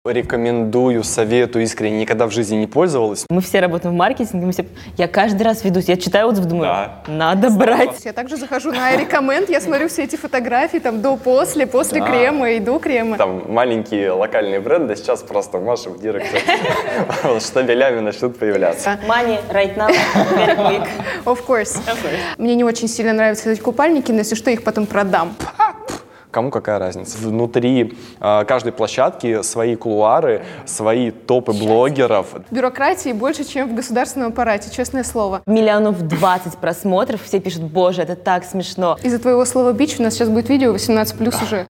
Рекомендую, советую искренне, никогда в жизни не пользовалась. Мы все работаем в маркетинге, я каждый раз ведусь, я читаю отзыв, думаю, надо брать. Я также захожу на iRecommend, я смотрю все эти фотографии, там до-после, после крема и до крема. Там маленькие локальные бренды, сейчас просто Маша в директе штабелями начнут появляться. Money right now, very quick. Of course. Мне не очень сильно нравятся эти купальники, но если что, их потом продам. Кому какая разница? Внутри каждой площадки свои кулуары, свои топы блогеров. Бюрократии больше, чем в государственном аппарате, честное слово. 20 миллионов просмотров, все пишут, боже, это так смешно. Из-за твоего слова «бич» у нас сейчас будет видео 18+ уже.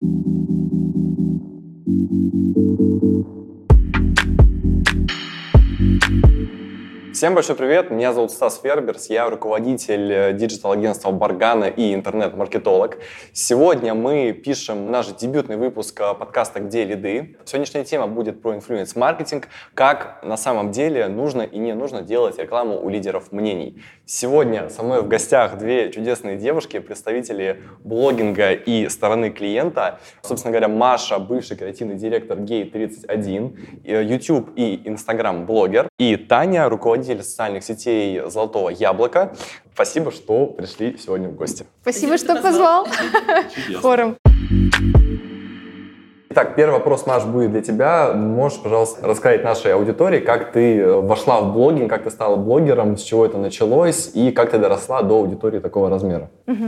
Всем большой привет, меня зовут Стас Ферберс, я руководитель диджитал-агентства Баргана и интернет-маркетолог. Сегодня мы пишем наш дебютный выпуск подкаста «Где лиды?». Сегодняшняя тема будет про инфлюенс-маркетинг, как на самом деле нужно и не нужно делать рекламу у лидеров мнений. Сегодня со мной в гостях две чудесные девушки, представители блогинга и стороны клиента. Собственно говоря, Маша, бывший креативный директор Gay31, YouTube и Instagram блогер, и Таня, руководитель социальных сетей «Золотого яблока». Спасибо, что пришли сегодня в гости. Спасибо, что позвал. Хором. Итак, первый вопрос, Маш, будет для тебя. Можешь, пожалуйста, рассказать нашей аудитории, как ты вошла в блогинг, как ты стала блогером, с чего это началось и как ты доросла до аудитории такого размера?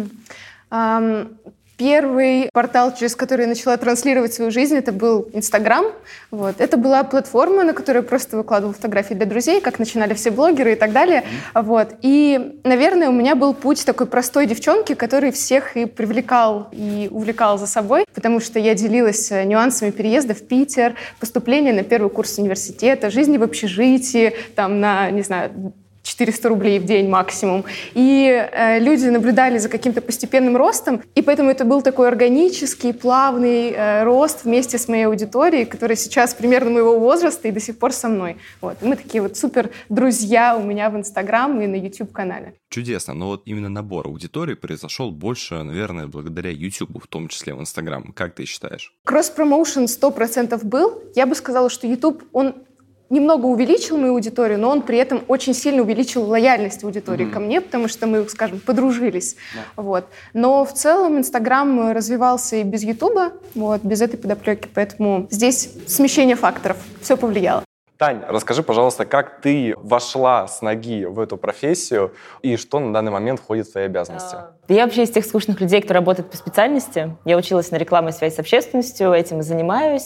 Первый портал, через который я начала транслировать свою жизнь, это был Инстаграм. Вот. Это была платформа, на которой я просто выкладывала фотографии для друзей, как начинали все блогеры и так далее. Вот. И, наверное, у меня был путь такой простой девчонки, который всех и привлекал, и увлекал за собой, потому что я делилась нюансами переезда в Питер, поступления на первый курс университета, жизни в общежитии, там на, не знаю, 400 рублей в день максимум. И люди наблюдали за каким-то постепенным ростом, и поэтому это был такой органический, плавный рост вместе с моей аудиторией, которая сейчас примерно моего возраста и до сих пор со мной. Вот. И мы такие вот супер друзья у меня в Инстаграм и на YouTube-канале. Чудесно, но вот именно набор аудитории произошел больше, наверное, благодаря YouTube, в том числе в Instagram. Как ты считаешь? Кросс-промоушен 100% был. Я бы сказала, что YouTube, он немного увеличил мою аудиторию, но он при этом очень сильно увеличил лояльность аудитории ко мне, потому что мы, скажем, подружились. Вот. Но в целом Инстаграм развивался и без Ютуба, вот, без этой подоплеки, поэтому здесь смещение факторов, все повлияло. Тань, расскажи, пожалуйста, как ты вошла с ноги в эту профессию и что на данный момент входит в твои обязанности? Я вообще из тех скучных людей, кто работает по специальности. Я училась на рекламе и связи с общественностью, этим и занимаюсь.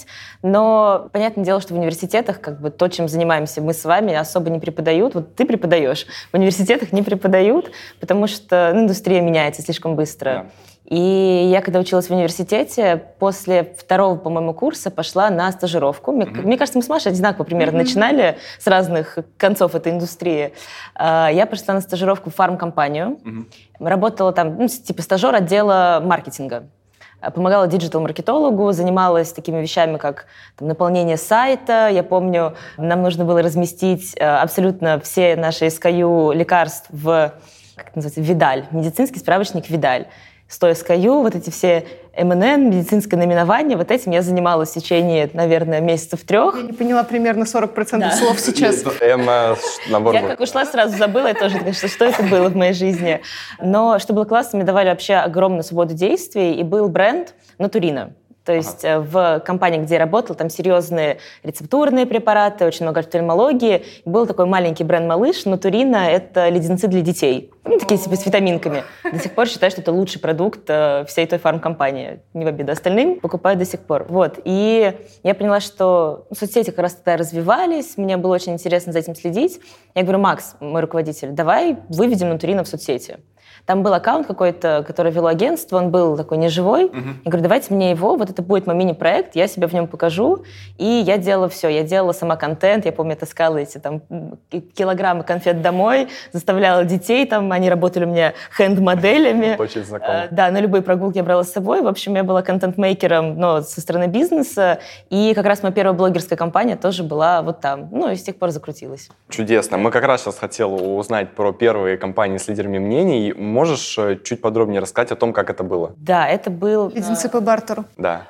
Но понятное дело, что в университетах то, чем занимаемся мы с вами, особо не преподают. Вот ты преподаешь, в университетах не преподают, потому что индустрия меняется слишком быстро. Да. И я, когда училась в университете, после второго, по-моему, курса пошла на стажировку. Мне кажется, мы с Машей одинаково примерно начинали с разных концов этой индустрии. Я пошла на стажировку в фармкомпанию. Работала там, типа стажер отдела маркетинга. Помогала диджитал-маркетологу, занималась такими вещами, как там, наполнение сайта. Я помню, нам нужно было разместить абсолютно все наши SKU лекарств в, как это называется, Видаль, медицинский справочник Видаль. 100 SKU, вот эти все МНН, медицинское наименование, вот этим я занималась в течение, наверное, месяцев 3. Я не поняла примерно 40% слов сейчас. Я как ушла, сразу забыла, я тоже, конечно, что это было в моей жизни. Но что было классно, мне давали вообще огромную свободу действий, и был бренд Натурина. То есть в компании, где я работала, там серьезные рецептурные препараты, очень много офтальмологии. Был такой маленький бренд «Малыш». Натурина — это леденцы для детей. Такие типа с витаминками. До сих пор считаю, что это лучший продукт всей той фармкомпании. Не в обиду остальным, покупаю до сих пор. Вот. И я поняла, что соцсети как раз тогда развивались, мне было очень интересно за этим следить. Я говорю: Макс, мой руководитель, давай выведем Натурина в соцсети. Там был аккаунт какой-то, который вело агентство, он был такой неживой. Я говорю: давайте мне его, вот это будет мой мини-проект, я себя в нем покажу. И я делала все. Я делала сама контент, я помню, я таскала эти там килограммы конфет домой, заставляла детей, там они работали у меня хенд-моделями. Очень знакомо. Да, на любые прогулки я брала с собой. В общем, я была контент-мейкером, но со стороны бизнеса. И как раз моя первая блогерская компания тоже была вот там. Ну, и с тех пор закрутилась. Чудесно. Мы как раз сейчас хотели узнать про первые компании с лидерами мнений. Можешь чуть подробнее рассказать о том, как это было? Да, это был... Леденцы по бартеру. Да.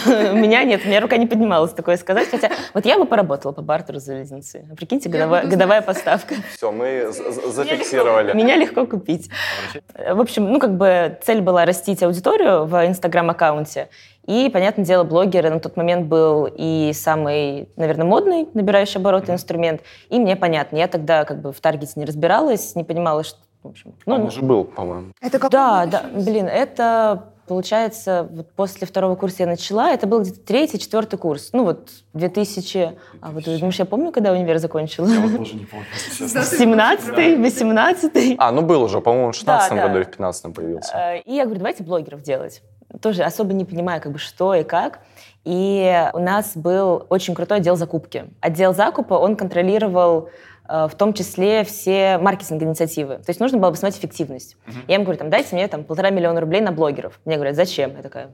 Меня нет, у меня рука не поднималась такое сказать. Хотя вот я бы поработала по бартеру за леденцы. Прикиньте, годовая поставка. Все, мы зафиксировали. Меня легко купить. В общем, цель была растить аудиторию в Инстаграм-аккаунте. И, понятное дело, блогеры на тот момент был и самый, наверное, модный, набирающий обороты инструмент. И мне понятно, я тогда в таргете не разбиралась, не понимала, что... В общем, он уже был, по-моему. Это как? Да, это... Получается, вот после второго курса я начала, это был где-то 3-4 курс. 2000... А вот думаешь, я помню, когда универ закончила? Я вот тоже не помню. 17-й, 18-й. Был уже, по-моему, в 16-м Да. году или в 15-м появился. И я говорю, давайте блогеров делать. Тоже особо не понимаю, что и как. И у нас был очень крутой отдел закупки. Отдел закупа, он контролировал в том числе все маркетинг-инициативы. То есть нужно было посмотреть эффективность. Я им говорю, дайте мне 1,5 миллиона рублей на блогеров. Мне говорят, зачем? Я такая,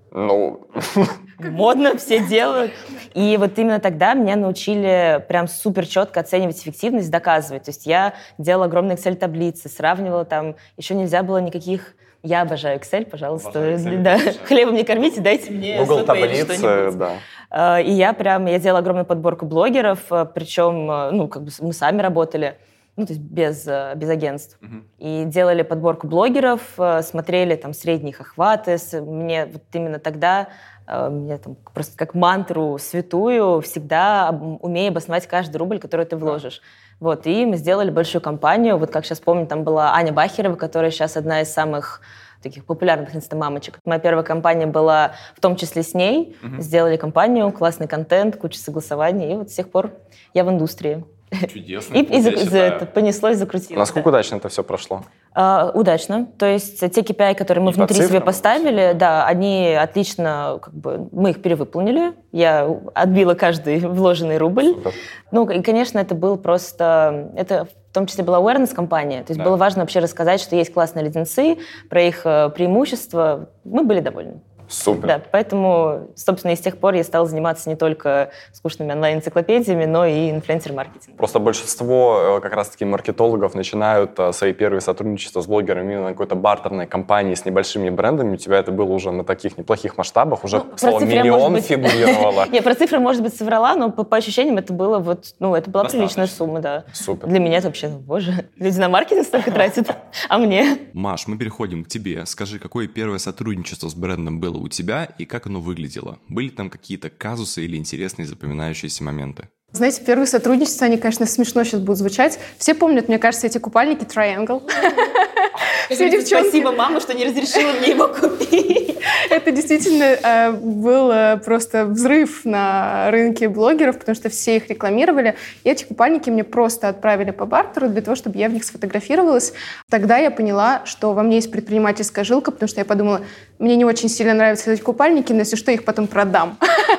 модно, все делают. И вот именно тогда меня научили прям супер четко оценивать эффективность, доказывать. То есть я делала огромные Excel-таблицы, сравнивала еще нельзя было никаких... Я обожаю Excel, пожалуйста. Excel, да. Хлебом не кормите, дайте мне Google СВП или таблицы, что-нибудь. да. И я делала огромную подборку блогеров, причем, мы сами работали, то есть без агентств. И делали подборку блогеров, смотрели средние их охваты. Мне вот именно тогда, мне просто как мантру святую, всегда умей обосновать каждый рубль, который ты вложишь. И мы сделали большую кампанию. Вот как сейчас помню, там была Аня Бахерова, которая сейчас одна из самых таких популярных инстамамочек. Моя первая кампания была в том числе с ней. Сделали кампанию, классный контент, куча согласований. И вот с тех пор я в индустрии. Чудесно. И понеслось, закрутилось. Насколько удачно это все прошло? Удачно. То есть те KPI, которые мы внутри себе поставили, да, они отлично, мы их перевыполнили. Я отбила каждый вложенный рубль. Супер. И, конечно, это был просто... Это в том числе была awareness-компания. То есть было важно вообще рассказать, что есть классные леденцы, про их преимущества. Мы были довольны. Супер. Да, поэтому, собственно, и с тех пор я стала заниматься не только скучными онлайн-энциклопедиями, но и инфлюенсер-маркетингом. Просто большинство как раз-таки маркетологов начинают свои первые сотрудничества с блогерами именно на какой-то бартерной компании с небольшими брендами. У тебя это было уже на таких неплохих масштабах, уже слово миллион фигурировало. Не, про цифры, может быть, соврала, но по ощущениям это было это была приличная сумма, да. Супер. Для меня это вообще, боже, люди на маркетинг столько тратят, а мне? Маш, мы переходим к тебе. Скажи, какое первое сотрудничество с брендом было у тебя и как оно выглядело? Были там какие-то казусы или интересные запоминающиеся моменты? Знаете, первые сотрудничества, они, конечно, смешно сейчас будут звучать. Все помнят, мне кажется, эти купальники Triangle. Все девчонки. Спасибо, мама, что не разрешила мне его купить. Это действительно был просто взрыв на рынке блогеров, потому что все их рекламировали. И эти купальники мне просто отправили по бартеру для того, чтобы я в них сфотографировалась. Тогда я поняла, что во мне есть предпринимательская жилка, потому что я подумала, мне не очень сильно нравятся эти купальники, но если что, их потом продам.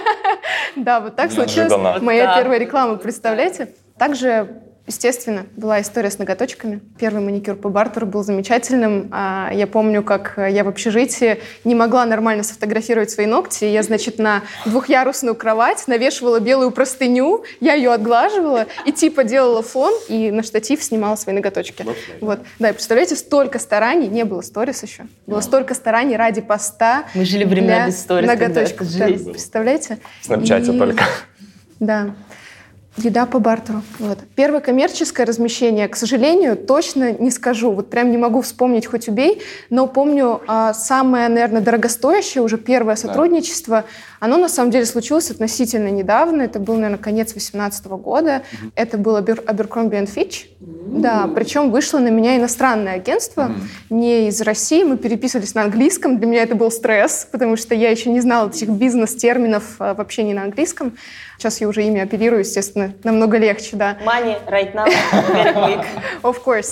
Да, вот так случилась моя первая реклама, представляете? Также, естественно, была история с ноготочками. Первый маникюр по бартеру был замечательным. Я помню, как я в общежитии не могла нормально сфотографировать свои ногти. Я, на двухъярусную кровать навешивала белую простыню, я ее отглаживала и делала фон, и на штатив снимала свои ноготочки. Вот. Да, и представляете, столько стараний, не было сторис еще, было столько стараний ради поста. Мы жили времена без сторис. Ноготочков. Да, представляете? В Снапчате только. Да. Еда по бартеру. Первое коммерческое размещение, к сожалению, точно не скажу. Прям не могу вспомнить, хоть убей, но помню самое, наверное, дорогостоящее, уже первое сотрудничество. Оно, на самом деле, случилось относительно недавно. Это был, наверное, конец 2018 года. Это был Abercrombie & Fitch. Да, причем вышло на меня иностранное агентство, не из России. Мы переписывались на английском. Для меня это был стресс, потому что я еще не знала этих бизнес-терминов вообще не на английском. Сейчас я уже ими оперирую, естественно, намного легче, да. Money right now, very quick. Of course.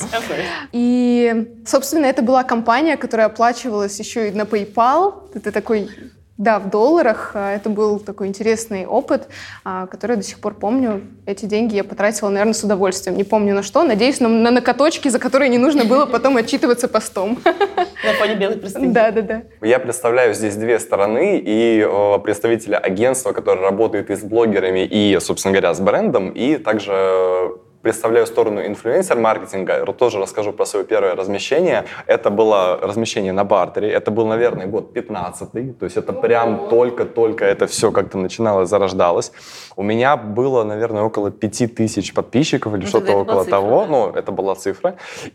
И, собственно, это была компания, которая оплачивалась еще и на PayPal. Это такой... Да, в долларах. Это был такой интересный опыт, который я до сих пор помню. Эти деньги я потратила, наверное, с удовольствием. Не помню на что. Надеюсь, на накаточки, за которые не нужно было потом отчитываться постом. На фоне белой простыни. Да. Я представляю здесь две стороны. И представителя агентства, которое работает и с блогерами, и, собственно говоря, с брендом, и также представляю сторону инфлюенсер-маркетинга, тоже расскажу про свое первое размещение. Это было размещение на бартере, это был, наверное, год 15-й, то есть это прям только-только это все как-то начиналось, зарождалось. У меня было, наверное, около 5000 подписчиков или что-то около того, ну, это была цифра.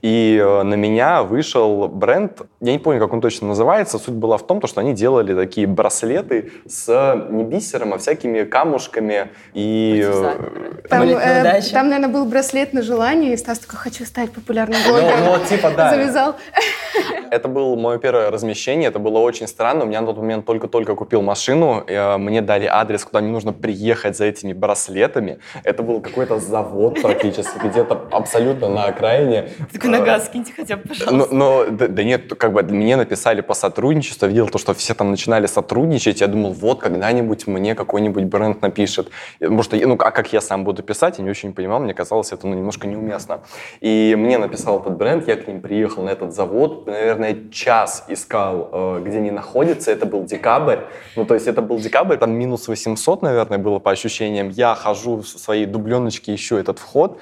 И на меня вышел бренд, я не помню, как он точно называется, суть была в том, что они делали такие браслеты с не бисером, а всякими камушками. И там, наверное, был браслет на желание, и Стас такой: хочу стать популярным блогером. Ну, типа, да. Завязал. Это было мое первое размещение, это было очень странно. У меня на тот момент только-только купил машину, мне дали адрес, куда мне нужно приехать за этими браслетами. Это был какой-то завод практически, где-то абсолютно на окраине. Такой: на газ скиньте хотя бы, пожалуйста. Да нет, как бы мне написали по сотрудничеству, видел то, что все там начинали сотрудничать, я думал, вот когда-нибудь мне какой-нибудь бренд напишет. Потому что, а как я сам буду писать, я не очень понимал, мне казалось это немножко неуместно. И мне написал этот бренд, я к ним приехал на этот завод, наверное, час искал, где они находятся, это был декабрь, то есть это был декабрь, там минус 800, наверное, было по ощущениям, я хожу в своей дубленочке, ищу этот вход,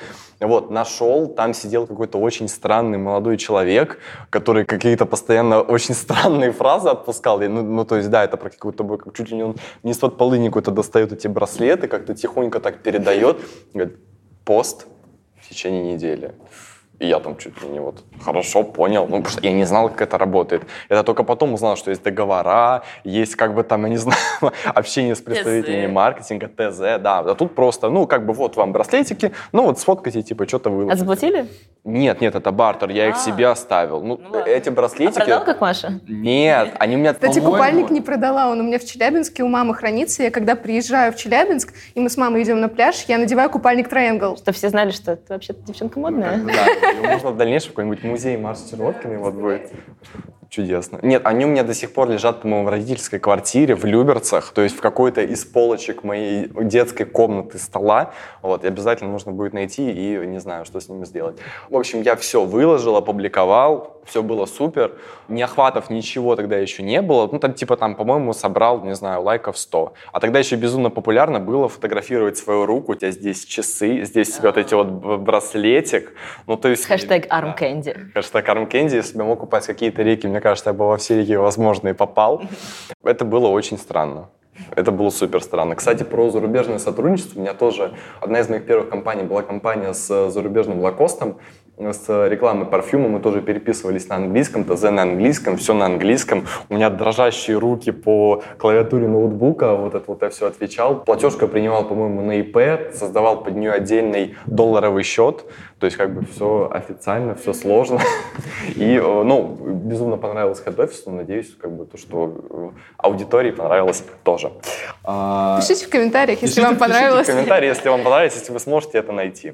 нашел, там сидел какой-то очень странный молодой человек, который какие-то постоянно очень странные фразы отпускал, то есть, да, это про какой-то, как чуть ли не он не из-под полыни какой-то достает эти браслеты, как-то тихонько так передает, говорит: пост в течение недели. И я там чуть ли не хорошо понял, потому что я не знал, как это работает. Я только потом узнал, что есть договора, есть я не знаю, общение с представителями маркетинга, ТЗ, да. А тут просто, вам браслетики, сфоткайте, что-то выложите. А заплатили? Нет, это бартер, я их себе оставил. Эти браслетики... А продал, как Маша? Нет, они у меня... Кстати, купальник не продала, он у меня в Челябинске у мамы хранится. Я когда приезжаю в Челябинск, и мы с мамой идем на пляж, я надеваю купальник Triangle. Чтобы все знали, что ты вообще-то девчонка модная. Да, можно в дальнейшем какой-нибудь музей Маши Червоткиной будет. Чудесно. Нет, они у меня до сих пор лежат, по-моему, в родительской квартире в Люберцах, то есть в какой-то из полочек моей детской комнаты стола. И обязательно нужно будет найти и не знаю, что с ними сделать. В общем, я все выложил, опубликовал, все было супер. Ни охватов, ничего тогда еще не было. По-моему, собрал, не знаю, лайков 100. А тогда еще безумно популярно было фотографировать свою руку. У тебя здесь часы, здесь у тебя браслетик. Хэштег ArmCandy. Хэштег ArmCandy. Если бы я мог упасть в какие-то реки, мне кажется, я бы во все реки возможные попал. Это было очень странно. Это было супер странно. Кстати, про зарубежное сотрудничество. У меня тоже одна из моих первых компаний была компания с зарубежным лакостом, с рекламой парфюма. Мы тоже переписывались на английском, ТЗ на английском, все на английском. У меня дрожащие руки по клавиатуре ноутбука, я все отвечал. Платежку я принимал, по-моему, на ИП, создавал под нее отдельный долларовый счет. То есть все официально, все сложно. И, безумно понравилось хед-офису. Надеюсь, что аудитории понравилось тоже. Пишите в комментариях, если вам понравилось. Пишите в комментариях, если вам понравилось, если вы сможете это найти.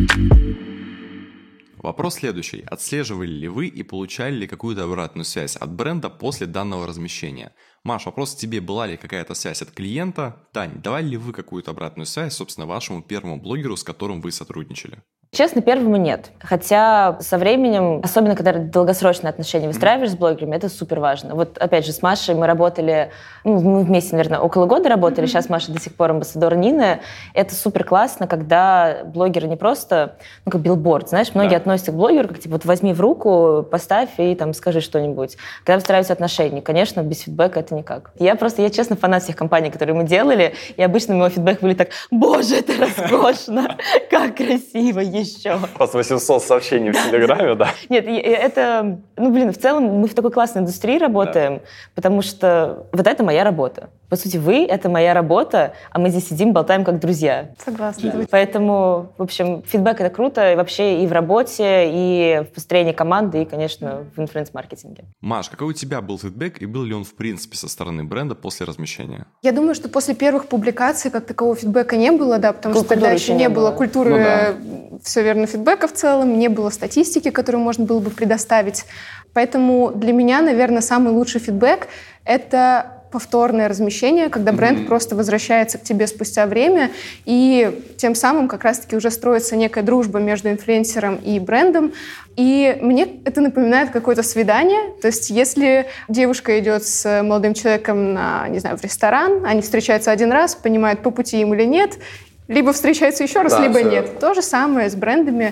Вопрос следующий. Отслеживали ли вы и получали ли какую-то обратную связь от бренда после данного размещения? Маш, вопрос к тебе. Была ли какая-то связь от клиента? Тань, давали ли вы какую-то обратную связь, собственно, вашему первому блогеру, с которым вы сотрудничали? Честно, первому нет. Хотя со временем, особенно когда долгосрочные отношения выстраиваешь с блогерами, это супер важно. Опять же, с Машей мы работали, мы вместе, наверное, около года работали, сейчас Маша до сих пор амбассадор Нины. Это супер классно, когда блогеры не просто, как билборд, знаешь, многие относятся к блогеру, как возьми в руку, поставь и скажи что-нибудь. Когда выстраиваются отношения, конечно, без фидбэка это никак. Я честно, фанат всех компаний, которые мы делали, и обычно мой фидбэк были так: боже, это роскошно, как красиво, еще. По 800 сообщений в Телеграме, да? Нет, это... в целом мы в такой классной индустрии работаем, потому что это моя работа. По сути, это моя работа, а мы здесь сидим, болтаем как друзья. Согласна. Поэтому, в общем, фидбэк — это круто, и вообще и в работе, и в построении команды, и, конечно, в инфлюенс-маркетинге. Маш, какой у тебя был фидбэк, и был ли он, в принципе, со стороны бренда после размещения? Я думаю, что после первых публикаций как такового фидбэка не было, да, потому что тогда еще не было культуры, все верно, фидбэка в целом, не было статистики, которую можно было бы предоставить. Поэтому для меня, наверное, самый лучший фидбэк — это повторное размещение, когда бренд просто возвращается к тебе спустя время, и тем самым как раз-таки уже строится некая дружба между инфлюенсером и брендом. И мне это напоминает какое-то свидание. То есть если девушка идет с молодым человеком в ресторан, они встречаются один раз, понимают, по пути им или нет, либо встречаются еще раз, Да, либо все нет. верно. То же самое с брендами.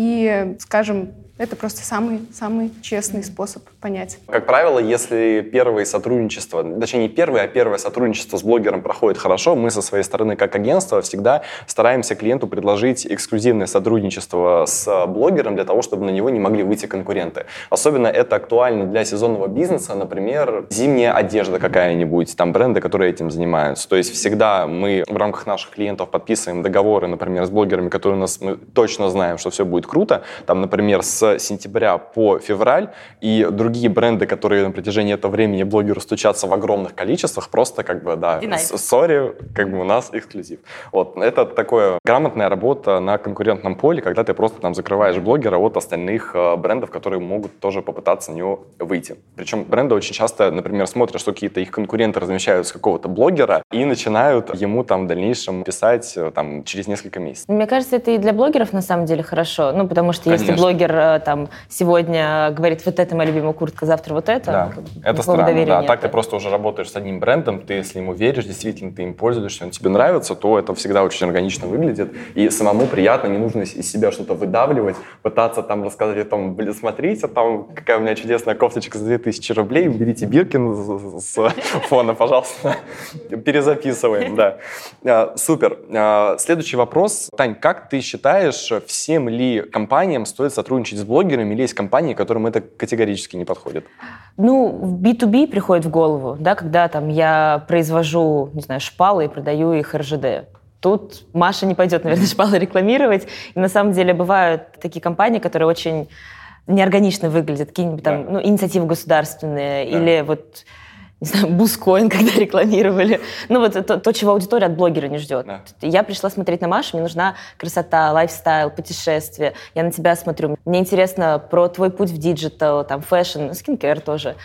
И, скажем, это просто самый честный способ понять. Как правило, если первое сотрудничество, точнее не первое, а первое сотрудничество с блогером проходит хорошо, мы со своей стороны как агентство всегда стараемся клиенту предложить эксклюзивное сотрудничество с блогером для того, чтобы на него не могли выйти конкуренты. Особенно это актуально для сезонного бизнеса, например, зимняя одежда какая-нибудь, там бренды, которые этим занимаются. То есть всегда мы в рамках наших клиентов подписываем договоры, например, с блогерами, которые мы точно знаем, что все будет круто. Там, например, с сентября по февраль, и другие бренды, которые на протяжении этого времени блогеру стучатся в огромных количествах, просто как бы, да, сори, как бы у нас эксклюзив. Вот. Это такая грамотная работа на конкурентном поле, когда ты просто там закрываешь блогера от остальных брендов, которые могут тоже попытаться на него выйти. Причем бренды очень часто, например, смотрят, что какие-то их конкуренты размещают с какого-то блогера и начинают ему там в дальнейшем писать там через несколько месяцев. Мне кажется, это и для блогеров на самом деле хорошо. Ну, потому что Конечно. если блогер там сегодня говорит, вот это моя любимая куртка, завтра вот это, Да, это никакого странно, доверия да. нет. Так ты просто уже работаешь с одним брендом, ты, если ему веришь, действительно ты им пользуешься, он тебе нравится, то это всегда очень органично выглядит, и самому приятно, не нужно из себя что-то выдавливать, пытаться там рассказать о том, блин, смотрите, там какая у меня чудесная кофточка за 2000 рублей, уберите Биркин с фона, пожалуйста, перезаписываем, да. Супер. Следующий вопрос. Тань, как ты считаешь, всем ли компаниям стоит сотрудничать с блогерами, или есть компании, которым это категорически не подходит? Ну, в B2B приходит в голову, да, когда там я произвожу, не знаю, шпалы и продаю их РЖД. Тут Маша не пойдет, наверное, шпалы рекламировать. И на самом деле бывают такие компании, которые очень неорганично выглядят, какие-нибудь там, ну, инициативы государственные, или вот, не знаю, Бускоин, когда рекламировали. Ну, вот то, чего аудитория от блогера не ждет. Да. Я пришла смотреть на Машу, мне нужна красота, лайфстайл, путешествие. Я на тебя смотрю. Мне интересно про твой путь в диджитал, там, фэшн, скинкэр тоже.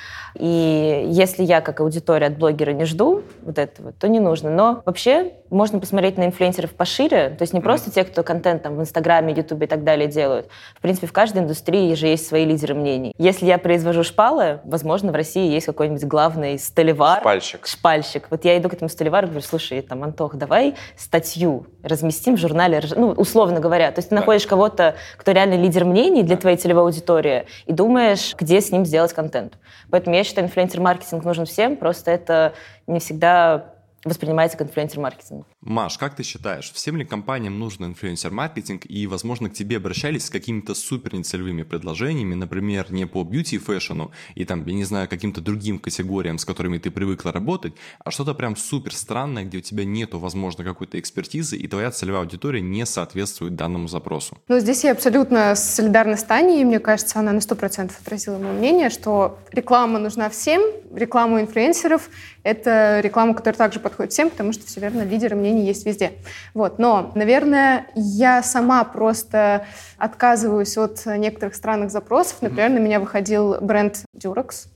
И если я, как аудитория от блогера, не жду вот этого, то не нужно. Но вообще можно посмотреть на инфлюенсеров пошире. То есть не просто те, кто контент там в Инстаграме, Ютубе и так далее делают. В принципе, в каждой индустрии же есть свои лидеры мнений. Если я произвожу шпалы, возможно, в России есть какой-нибудь главный столевар. Шпальщик. Вот я иду к этому столевару и говорю, слушай, там, Антох, давай статью разместим в журнале, ну, условно говоря. То есть ты находишь кого-то, кто реально лидер мнений для твоей целевой аудитории, и думаешь, где с ним сделать контент. Поэтому я считаю, инфлюенсер-маркетинг нужен всем, просто это не всегда воспринимается как инфлюенсер-маркетинг. Маш, как ты считаешь, всем ли компаниям нужен инфлюенсер-маркетинг, и, возможно, к тебе обращались с какими-то супер нецелевыми предложениями, например, не по бьюти и фэшну, и там, я не знаю, каким-то другим категориям, с которыми ты привыкла работать, а что-то прям супер странное, где у тебя нету, возможно, какой-то экспертизы, и твоя целевая аудитория не соответствует данному запросу? Ну, здесь я абсолютно солидарна с Таней, и мне кажется, она на 100% отразила мое мнение, что реклама нужна всем, реклама инфлюенсеров — это реклама, которая также подходит всем, потому что, все верно, лидеры мнений есть везде. Вот. Но, наверное, я сама просто отказываюсь от некоторых странных запросов. Например, на меня выходил бренд Durex.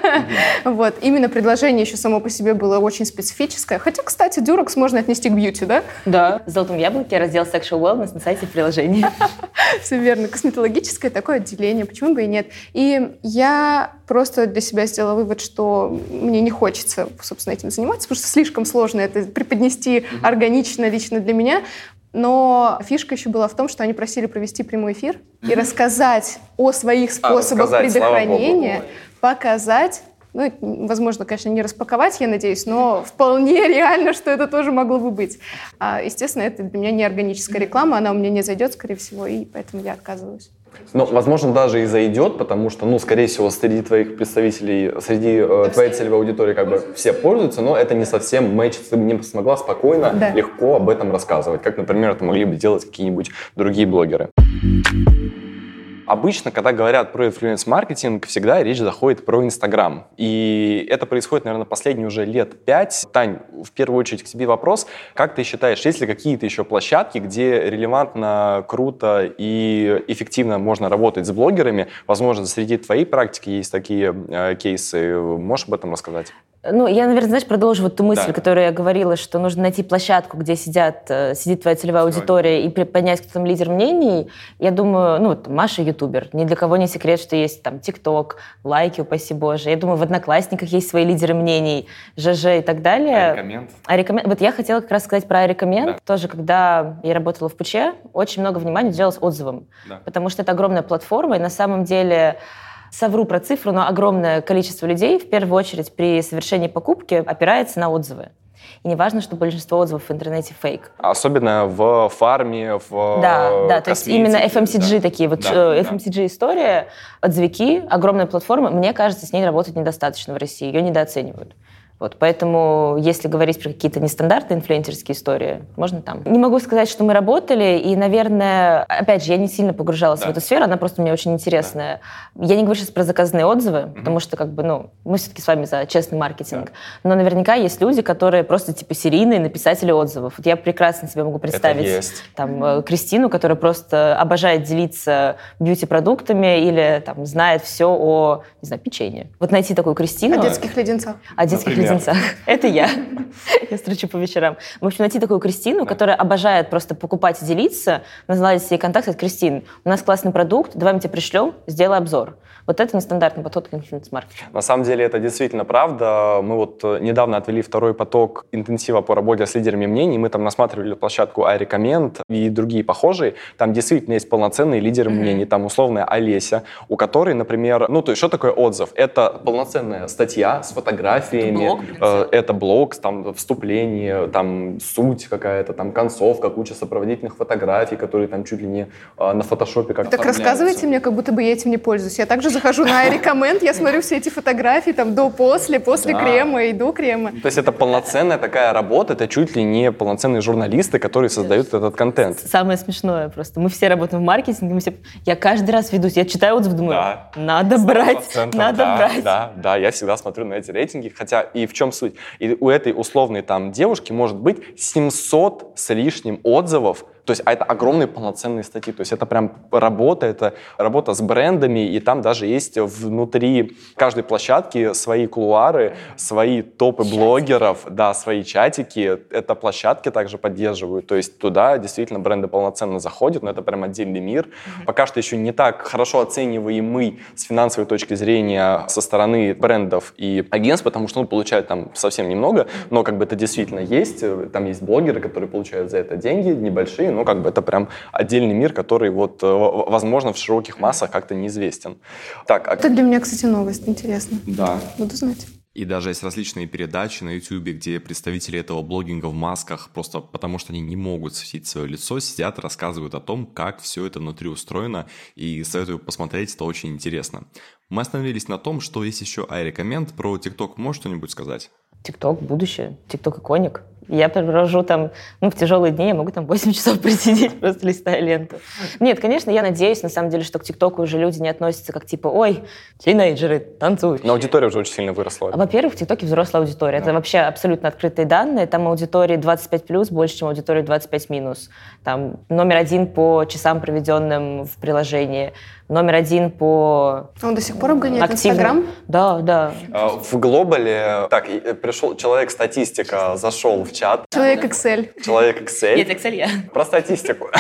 Вот. Именно предложение еще само по себе было очень специфическое. Хотя, кстати, Durex можно отнести к бьюти, да? Да. В «Золотом яблоке» раздел Sexual Wellness на сайте приложения. Все верно. Косметологическое такое отделение. Почему бы и нет? И я просто для себя сделала вывод, что мне не хочется, собственно, этим заниматься, потому что слишком сложно это преподнести органично лично для меня. Но фишка еще была в том, что они просили провести прямой эфир и рассказать о своих способах предохранения, показать. Ну, возможно, конечно, не распаковать, я надеюсь, но вполне реально, что это тоже могло бы быть. Естественно, это для меня не органическая реклама, она у меня не зайдет, скорее всего, и поэтому я отказываюсь. Ну, возможно, даже и зайдет, потому что, ну, скорее всего, среди твоих представителей, среди твоей целевой аудитории как бы все пользуются, но это не совсем мэчится. Ты бы не смогла спокойно, легко об этом рассказывать, как, например, это могли бы делать какие-нибудь другие блогеры. Обычно, когда говорят про инфлюенс-маркетинг, всегда речь заходит про Инстаграм. И это происходит, наверное, последние уже лет 5. Тань, в первую очередь к тебе вопрос. Как ты считаешь, есть ли какие-то еще площадки, где релевантно, круто и эффективно можно работать с блогерами? Возможно, среди твоей практики есть такие кейсы. Можешь об этом рассказать? Ну, я, наверное, знаешь, продолжу вот ту мысль, Да. которую я говорила, что нужно найти площадку, где сидит твоя целевая аудитория, и понять, кто там лидер мнений. Я думаю, ну, вот Маша ютубер. Ни для кого не секрет, что есть там ТикТок, лайки, упаси боже. Я думаю, в Одноклассниках есть свои лидеры мнений, ЖЖ и так далее. Вот я хотела как раз сказать про iRecommend. Да. Тоже, когда я работала в Пуче, очень много внимания уделялось отзывам. Да. Потому что это огромная платформа, и на самом деле... Совру про цифру, но огромное количество людей в первую очередь при совершении покупки опирается на отзывы. И не важно, что большинство отзывов в интернете фейк. Особенно в фарме, в Да, то есть именно FMCG да. такие вот Да, FMCG-история, отзывики, огромная платформа. Мне кажется, с ней работать недостаточно в России, ее недооценивают. Вот, поэтому, если говорить про какие-то нестандартные инфлюенсерские истории, можно там. Не могу сказать, что мы работали, и, наверное, опять же, я не сильно погружалась в эту сферу, она просто мне очень интересная. Я не говорю сейчас про заказные отзывы, потому что, как бы, ну, мы все-таки с вами за честный маркетинг, но наверняка есть люди, которые просто, типа, серийные написатели отзывов. Вот я прекрасно себе могу представить там Кристину, которая просто обожает делиться бьюти-продуктами или, там, знает все о, не знаю, печенье. Вот найти такую Кристину... О детских леденцах. О детских леденцах. Это я. Я строчу по вечерам. В общем, найти такую Кристину, которая обожает просто покупать и делиться, наладить ей контакт, сказать: Кристин, у нас классный продукт, давай мы тебе пришлем, сделай обзор. Вот это нестандартный подход к инфлюенс-маркетингу. На самом деле это действительно правда. Мы вот недавно отвели второй поток интенсива по работе с лидерами мнений. Мы там рассматривали площадку iRecommend и другие похожие. Там действительно есть полноценные лидеры мнений. Там условная Олеся, у которой, например, ну то есть что такое отзыв? Это полноценная статья с фотографиями. Это блог, там вступление, там суть какая-то, там концовка, куча сопроводительных фотографий, которые там чуть ли не на фотошопе как-то Так рассказывайте мне, как будто бы я этим не пользуюсь. Я также захожу на iRecommend, я смотрю все эти фотографии, там до-после, после крема и до крема. То есть это полноценная такая работа, это чуть ли не полноценные журналисты, которые создают этот контент. Самое смешное просто. Мы все работаем в маркетинге, я каждый раз ведусь, я читаю отзыв, думаю, надо брать, надо брать. Да, я всегда смотрю на эти рейтинги, хотя и в чем суть? И у этой условной там девушки может быть 700 с лишним отзывов. То есть это огромные полноценные статьи. То есть это прям работа, это работа с брендами, и там даже есть внутри каждой площадки свои кулуары, свои топы блогеров, да, свои чатики. Это площадки также поддерживают. То есть туда действительно бренды полноценно заходят, но это прям отдельный мир. Пока что еще не так хорошо оцениваемый с финансовой точки зрения со стороны брендов и агентств, потому что получают там совсем немного, но как бы это действительно есть. Там есть блогеры, которые получают за это деньги небольшие, но как бы это прям отдельный мир, который вот, возможно, в широких массах как-то неизвестен. Так, Это для меня, кстати, новость. Интересно. Да. Буду знать. И даже есть различные передачи на YouTube, где представители этого блогинга в масках, просто потому что они не могут светить свое лицо, сидят и рассказывают о том, как все это внутри устроено, и советую посмотреть, это очень интересно. Мы остановились на том, что есть еще iRecommend. Про TikTok можешь что-нибудь сказать? ТикТок — будущее, ТикТок — иконик. Я провожу там, в тяжелые дни я могу там 8 часов просидеть, просто листая ленту. Нет, конечно, я надеюсь, на самом деле, что к ТикТоку уже люди не относятся как типа, ой, тинейджеры танцуют. Но аудитория уже очень сильно выросла. Во-первых, в ТикТоке взрослая аудитория. Это вообще абсолютно открытые данные. Там аудитории 25+, больше, чем аудитория 25-. Там номер 1 по часам, проведенным в приложении. Номер 1 по... Он до сих пор обгоняет активным. Инстаграм? Да. В глобале... Так, пришел человек-статистика, зашел в чат. Человек Excel. Человек Excel. Нет, Excel я. Про статистику.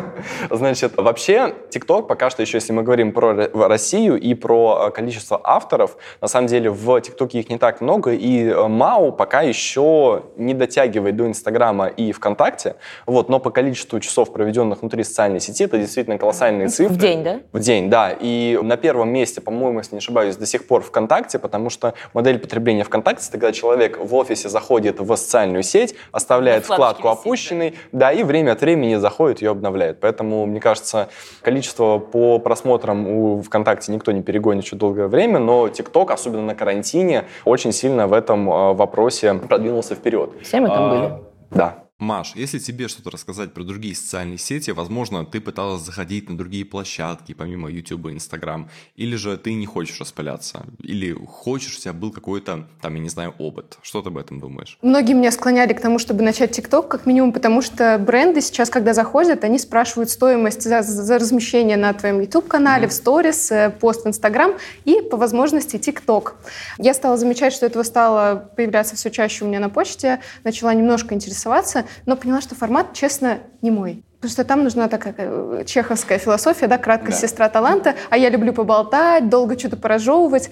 Значит, вообще, TikTok пока что еще, если мы говорим про Россию и про количество авторов, на самом деле в TikTok их не так много, и МАУ пока еще не дотягивает до Инстаграма и ВКонтакте, вот, но по количеству часов, проведенных внутри социальной сети, это действительно колоссальные цифры. В день, да? В день, да. И на первом месте, по-моему, если не ошибаюсь, до сих пор ВКонтакте, потому что модель потребления ВКонтакте, когда человек в офисе заходит в социальную сеть, оставляет вкладку «Опущенный», да, и время от времени заходит, ее обновляет. Поэтому, мне кажется, количество по просмотрам у ВКонтакте никто не перегонит еще долгое время, но ТикТок, особенно на карантине, очень сильно в этом вопросе продвинулся вперед. Все мы там были. Да. Маш, если тебе что-то рассказать про другие социальные сети, возможно, ты пыталась заходить на другие площадки, помимо YouTube и Instagram, или же ты не хочешь распыляться, или хочешь, у тебя был какой-то, там, я не знаю, опыт. Что ты об этом думаешь? Многие меня склоняли к тому, чтобы начать TikTok, как минимум, потому что бренды сейчас, когда заходят, они спрашивают стоимость за размещение на твоем YouTube-канале, в сторис, пост в Instagram и, по возможности, TikTok. Я стала замечать, что этого стало появляться все чаще у меня на почте, начала немножко интересоваться, но поняла, что формат, честно, не мой. Потому что там нужна такая чеховская философия, да, краткость сестра таланта, а я люблю поболтать, долго что-то поразжевывать,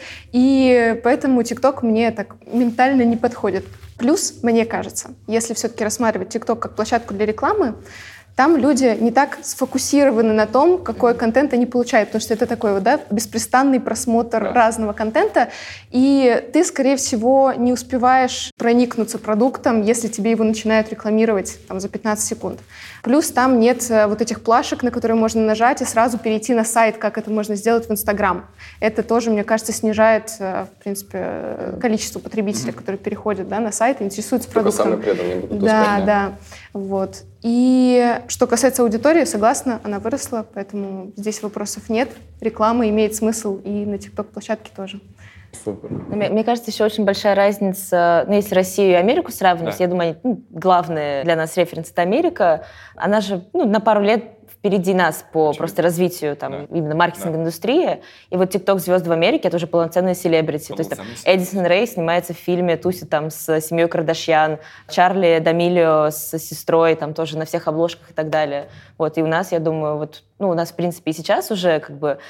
и поэтому TikTok мне так ментально не подходит. Плюс, мне кажется, если все-таки рассматривать TikTok как площадку для рекламы, там люди не так сфокусированы на том, какой контент они получают, потому что это такой вот, да, беспрестанный просмотр разного контента, и ты, скорее всего, не успеваешь проникнуться продуктом, если тебе его начинают рекламировать там, за 15 секунд. Плюс там нет вот этих плашек, на которые можно нажать и сразу перейти на сайт, как это можно сделать в Instagram. Это тоже, мне кажется, снижает, в принципе, количество потребителей, которые переходят, да, на сайт и интересуются продуктом. Только самые преданные будут успеть. Да. Вот. И что касается аудитории, согласна, она выросла, поэтому здесь вопросов нет. Реклама имеет смысл и на TikTok-площадке тоже. Супер. Мне кажется, еще очень большая разница, если Россию и Америку сравнивать, я думаю, главный для нас референс — это Америка. Она же на пару лет впереди нас по просто развитию именно маркетинг-индустрии. И вот TikTok-звезды в Америке — это уже полноценные селебрити. То есть Эдисон Рэй снимается в фильме, тусит там с семьей Кардашьян, Чарли Дамилио с сестрой там тоже на всех обложках и так далее. Вот. И у нас, я думаю, у нас, в принципе, и сейчас уже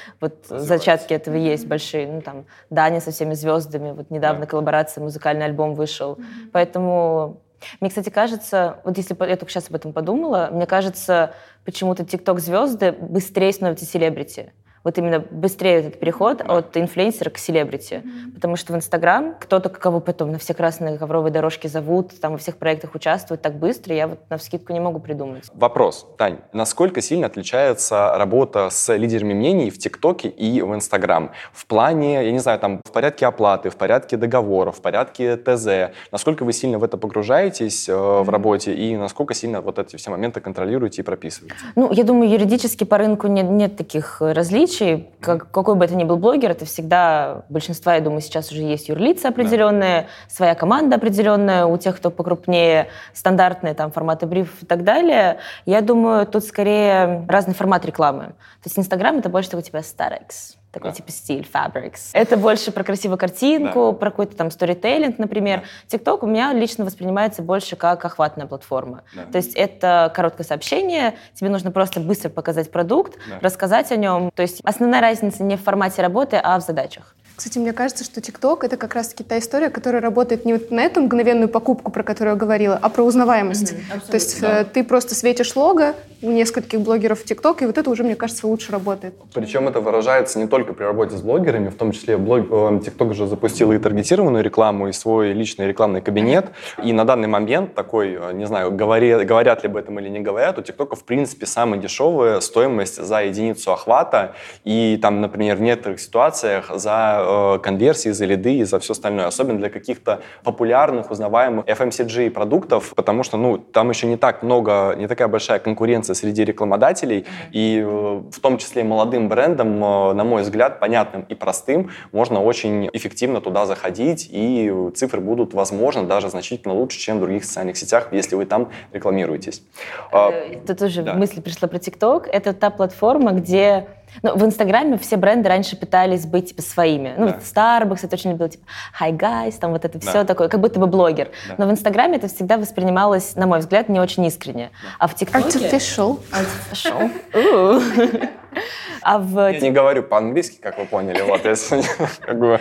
зачатки этого есть большие. Там Даня со всеми звездами, недавно коллаборация, музыкальный альбом вышел. Поэтому... Мне, кстати, кажется, если я только сейчас об этом подумала, мне кажется, почему-то TikTok-звезды быстрее становятся селебрити. Вот именно быстрее этот переход от инфлюенсера к селебрити. Потому что в Инстаграм кто-то, кого потом на все красные ковровые дорожки зовут, там во всех проектах участвуют так быстро, я навскидку не могу придумать. Вопрос, Тань, насколько сильно отличается работа с лидерами мнений в ТикТоке и в Инстаграм? В плане, я не знаю, там, в порядке оплаты, в порядке договоров, в порядке ТЗ. Насколько вы сильно в это погружаетесь в работе и насколько сильно вот эти все моменты контролируете и прописываете? Я думаю, юридически по рынку нет таких различий. Какой бы это ни был блогер, это всегда большинство, я думаю, сейчас уже есть юрлица определенные, своя команда определенная, у тех, кто покрупнее, стандартные там форматы бриф и так далее. Я думаю, тут скорее разный формат рекламы. То есть Инстаграм — это больше такой типа aesthetics, такой типа стиль, fabrics. Это больше про красивую картинку, про какой-то там сторителлинг, например. TikTok у меня лично воспринимается больше как охватная платформа. То есть это короткое сообщение, тебе нужно просто быстро показать продукт, рассказать о нем. То есть основная разница не в формате работы, а в задачах. Кстати, мне кажется, что TikTok — это как раз-таки та история, которая работает не вот на эту мгновенную покупку, про которую я говорила, а про узнаваемость. То есть ты просто светишь лого у нескольких блогеров в TikTok, и вот это уже, мне кажется, лучше работает. Причем это выражается не только при работе с блогерами, в том числе TikTok уже запустил и таргетированную рекламу, и свой личный рекламный кабинет. И на данный момент такой, не знаю, говорят ли об этом или не говорят, у TikTok в принципе самая дешевая стоимость за единицу охвата, и там, например, в некоторых ситуациях за конверсии, за лиды и за все остальное, особенно для каких-то популярных, узнаваемых FMCG продуктов, потому что, там еще не такая большая конкуренция среди рекламодателей, и в том числе молодым брендам, на мой взгляд, понятным и простым, можно очень эффективно туда заходить, и цифры будут, возможно, даже значительно лучше, чем в других социальных сетях, если вы там рекламируетесь. Тут уже мысль пришла про TikTok. Это та платформа, где... в Инстаграме все бренды раньше пытались быть типа своими. Starbucks это очень любил, типа hi guys, там вот это все такое, как будто бы блогер. Но в Инстаграме это всегда воспринималось, на мой взгляд, не очень искренне. А в ТикТоке... Artificial. Я не говорю по-английски, как вы поняли, если как бы...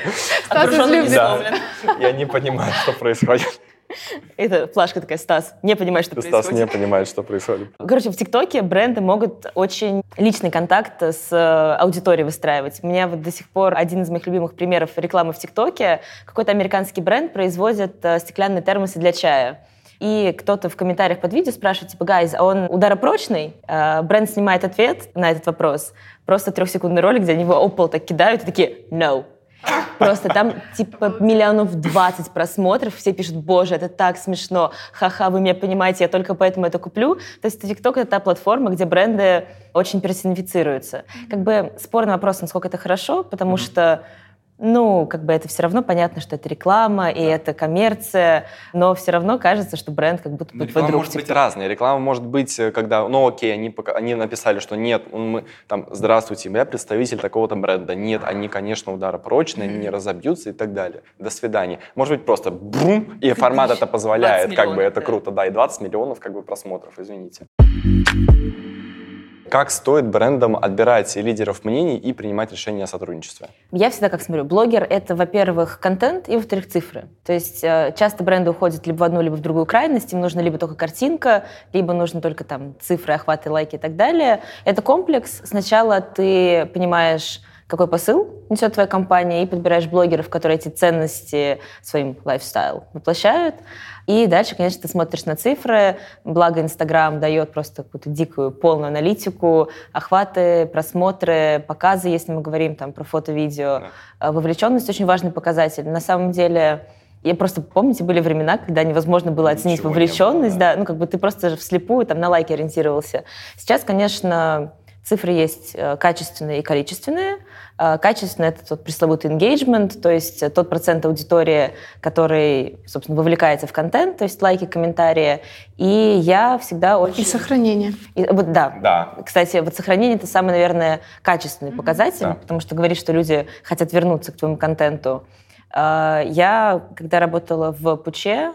Я не понимаю, что происходит. Это флажка такая: Стас не понимает, что происходит. Стас не понимает, что происходит. Короче, в ТикТоке бренды могут очень личный контакт с аудиторией выстраивать. У меня до сих пор один из моих любимых примеров рекламы в ТикТоке. Какой-то американский бренд производит стеклянные термосы для чая. И кто-то в комментариях под видео спрашивает, типа, guys, а он ударопрочный? Бренд снимает ответ на этот вопрос. Просто 3-секундный ролик, где они его об пол так кидают и такие, no. Просто там типа 20 миллионов просмотров, все пишут: боже, это так смешно, ха-ха, вы меня понимаете, я только поэтому это куплю. То есть TikTok — это та платформа, где бренды очень персонифицируются. Как бы спорный вопрос, насколько это хорошо, потому что как бы это все равно понятно, что это реклама, и это коммерция, но все равно кажется, что бренд как будто бы твой друг. Реклама может быть разная. Реклама может быть, когда, окей, они написали, что нет, мы там, здравствуйте, я представитель такого-то бренда. Нет, они, конечно, ударопрочные, они не разобьются и так далее. До свидания. Может быть, просто брум, и формат это позволяет, как бы это круто, да, и 20 миллионов как бы просмотров, извините. Как стоит брендам отбирать лидеров мнений и принимать решения о сотрудничестве? Я всегда как смотрю. Блогер — это, во-первых, контент и, во-вторых, цифры. То есть часто бренды уходят либо в одну, либо в другую крайность. Им нужно либо только картинка, либо нужно только там цифры, охваты, лайки и так далее. Это комплекс. Сначала ты понимаешь, какой посыл несет твоя компания, и подбираешь блогеров, которые эти ценности своим лайфстайл воплощают. И дальше, конечно, ты смотришь на цифры. Благо, Инстаграм дает просто какую-то дикую, полную аналитику, охваты, просмотры, показы, если мы говорим там про фото-видео. Да. Вовлеченность — очень важный показатель. На самом деле, я просто, помните, были времена, когда невозможно было оценить вовлеченность. Да, как бы ты просто вслепую там на лайки ориентировался. Сейчас, конечно, цифры есть качественные и количественные. Качественно — это тот пресловутый engagement, то есть тот процент аудитории, который, собственно, вовлекается в контент, то есть лайки, комментарии. И я всегда очень... И сохранение. Да. Кстати, вот сохранение — это самый, наверное, качественный показатель, потому что говорит, что люди хотят вернуться к твоему контенту. Я, когда работала в Пуче,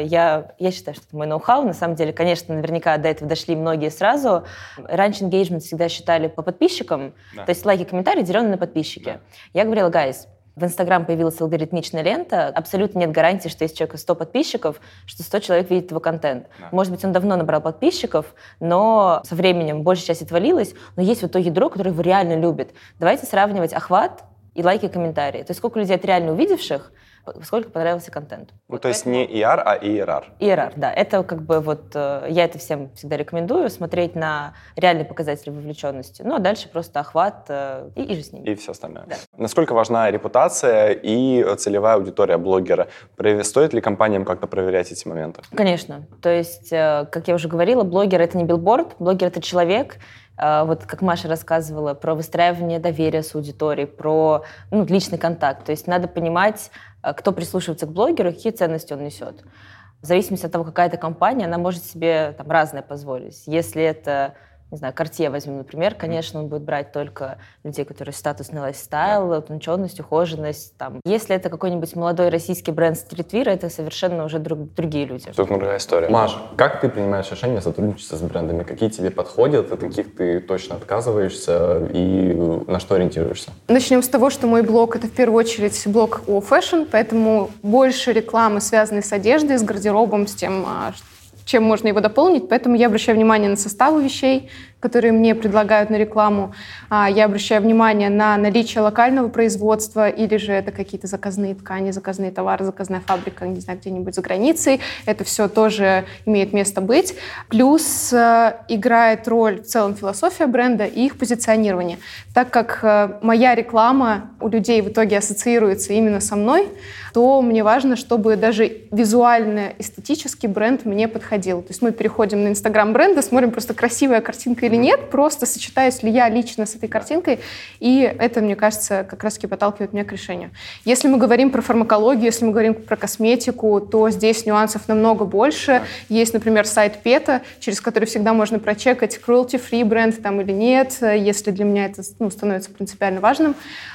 я считаю, что это мой ноу-хау. На самом деле, конечно, наверняка до этого дошли многие сразу. Раньше engagement всегда считали по подписчикам, то есть лайки, комментарии, деленные на подписчики. Да. Я говорила: guys, в Инстаграм появилась алгоритмичная лента, абсолютно нет гарантии, что если у человека 100 подписчиков, что 100 человек видит его контент. Да. Может быть, он давно набрал подписчиков, но со временем большая часть отвалилась, но есть вот то ядро, которое его реально любит. Давайте сравнивать охват и лайки, и комментарии. То есть сколько людей от реально увидевших, сколько понравился контент. То есть не ER, а ERR. ERR, да. Это как бы я это всем всегда рекомендую, смотреть на реальные показатели вовлеченности. А дальше просто охват и же с ними. И все остальное. Да. Насколько важна репутация и целевая аудитория блогера? Стоит ли компаниям как-то проверять эти моменты? Конечно. То есть, как я уже говорила, блогер — это не билборд, блогер — это человек. Вот как Маша рассказывала про выстраивание доверия с аудиторией, про личный контакт. То есть надо понимать, кто прислушивается к блогеру, какие ценности он несет. В зависимости от того, какая это компания, она может себе там разное позволить. Если это, не знаю, Cartier возьмем, например, конечно, он будет брать только людей, которые статусный лайфстайл, утонченность, ухоженность. Там. Если это какой-нибудь молодой российский бренд стритвира, это совершенно уже другие люди. Тут другая история. Маш, как ты принимаешь решение сотрудничать с брендами? Какие тебе подходят, от каких ты точно отказываешься и на что ориентируешься? Начнем с того, что мой блог — это в первую очередь блог о фэшн, поэтому больше рекламы, связанной с одеждой, с гардеробом, с тем, чем можно его дополнить. Поэтому я обращаю внимание на составы вещей, которые мне предлагают на рекламу. Я обращаю внимание на наличие локального производства, или же это какие-то заказные ткани, заказные товары, заказная фабрика, не знаю, где-нибудь за границей. Это все тоже имеет место быть. Плюс играет роль в целом философия бренда и их позиционирование. Так как моя реклама у людей в итоге ассоциируется именно со мной, то мне важно, чтобы даже визуально, эстетически бренд мне подходил. То есть мы переходим на Инстаграм бренда, смотрим, просто красивая картинка или нет, просто сочетаюсь ли я лично с этой картинкой, и это, мне кажется, как раз-таки подталкивает меня к решению. Если мы говорим про фармакологию, если мы говорим про косметику, то здесь нюансов намного больше. Есть, например, сайт PETA, через который всегда можно прочекать, cruelty-free бренд там или нет, если для меня это становится принципиально важным.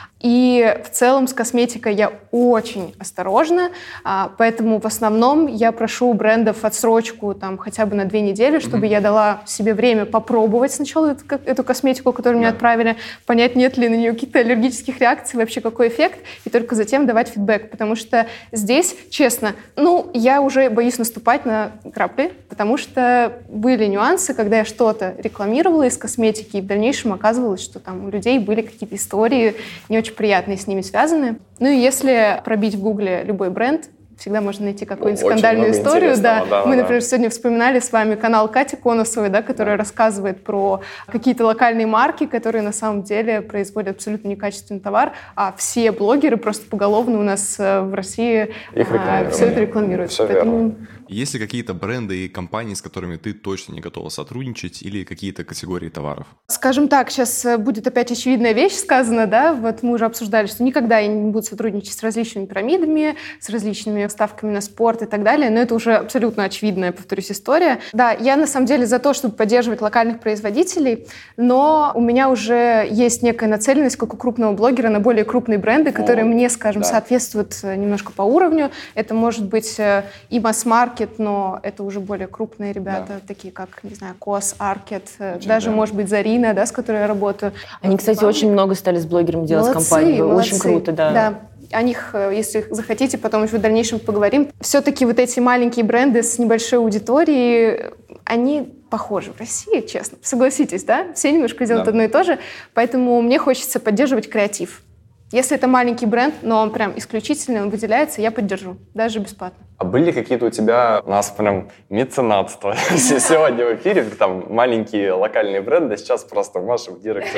И в целом с косметикой я очень осторожна, поэтому в основном я прошу у брендов отсрочку там, хотя бы на 2 недели, чтобы я дала себе время попробовать сначала эту косметику, которую мне отправили, понять, нет ли на нее каких-то аллергических реакций, вообще какой эффект, и только затем давать фидбэк. Потому что здесь, честно, я уже боюсь наступать на грабли, потому что были нюансы, когда я что-то рекламировала из косметики, и в дальнейшем оказывалось, что там у людей были какие-то истории не очень приятные с ними связаны. И если пробить в Гугле любой бренд, всегда можно найти какую-нибудь Очень скандальную много историю. Да. интересного, да, Мы, да. например, сегодня вспоминали с вами канал Кати Конусовой, да, которая рассказывает про какие-то локальные марки, которые на самом деле производят абсолютно некачественный товар, а все блогеры просто поголовно у нас в России все это рекламируют. Все верно. Есть ли какие-то бренды и компании, с которыми ты точно не готова сотрудничать, или какие-то категории товаров? Скажем так, сейчас будет опять очевидная вещь сказана, да, вот мы уже обсуждали, что никогда я не буду сотрудничать с различными пирамидами, с различными ставками на спорт и так далее, но это уже абсолютно очевидная, повторюсь, история. Да, я на самом деле за то, чтобы поддерживать локальных производителей, но у меня уже есть некая нацеленность, как у крупного блогера, на более крупные бренды, которые мне, скажем, соответствуют немножко по уровню. Это может быть и масс-маркет, но это уже более крупные ребята, такие как, не знаю, Кос, Аркет, даже, может быть, Зарина, да, с которой я работаю. Они, кстати, очень много стали с блогерами делать компании. Очень круто, да. Да. О них, если захотите, потом еще в дальнейшем поговорим. Все-таки вот эти маленькие бренды с небольшой аудиторией, они похожи в России, честно. Согласитесь, да? Все немножко делают одно и то же. Поэтому мне хочется поддерживать креатив. Если это маленький бренд, но он прям исключительный, он выделяется, я поддержу, даже бесплатно. А были какие-то у нас прям меценатства сегодня в эфире, там маленькие локальные бренды, сейчас просто Маша в директе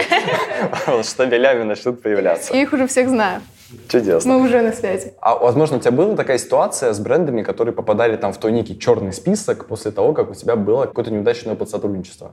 штабелями начнут появляться? Я их уже всех знаю. Чудесно. Мы уже на связи. А, возможно, у тебя была такая ситуация с брендами, которые попадали там в твой некий черный список после того, как у тебя было какое-то неудачное опыт сотрудничества?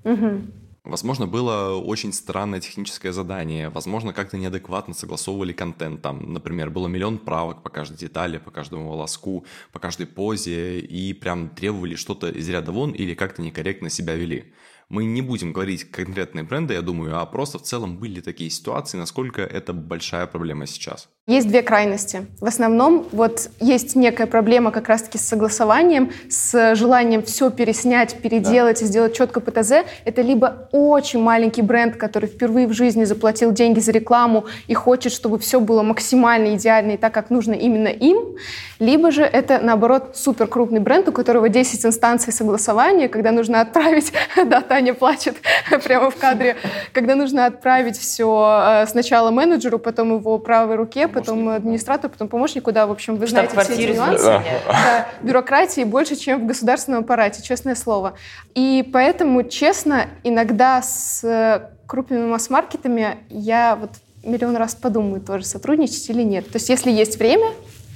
Возможно, было очень странное техническое задание. Возможно, как-то неадекватно согласовывали контент. Там, например, было миллион правок по каждой детали, по каждому волоску, по каждой позе, и прям требовали что-то из ряда вон или как-то некорректно себя вели. Мы не будем говорить конкретные бренды, я думаю, а просто в целом были такие ситуации, насколько это большая проблема сейчас. Есть две крайности. В основном вот есть некая проблема как раз-таки с согласованием, с желанием все переснять, переделать и сделать четко ПТЗ. Это либо очень маленький бренд, который впервые в жизни заплатил деньги за рекламу и хочет, чтобы все было максимально идеально и так, как нужно именно им, либо же это, наоборот, супер крупный бренд, у которого 10 инстанций согласования, когда нужно отправить, да, Таня плачет прямо в кадре, когда нужно отправить все сначала менеджеру, потом его правой руке, потом администратору, потом помощнику, да, в общем, вы знаете все эти нюансы. Да, бюрократии больше, чем в государственном аппарате, честное слово. И поэтому, честно, иногда с крупными масс-маркетами я вот миллион раз подумаю тоже, сотрудничать или нет. То есть если есть время,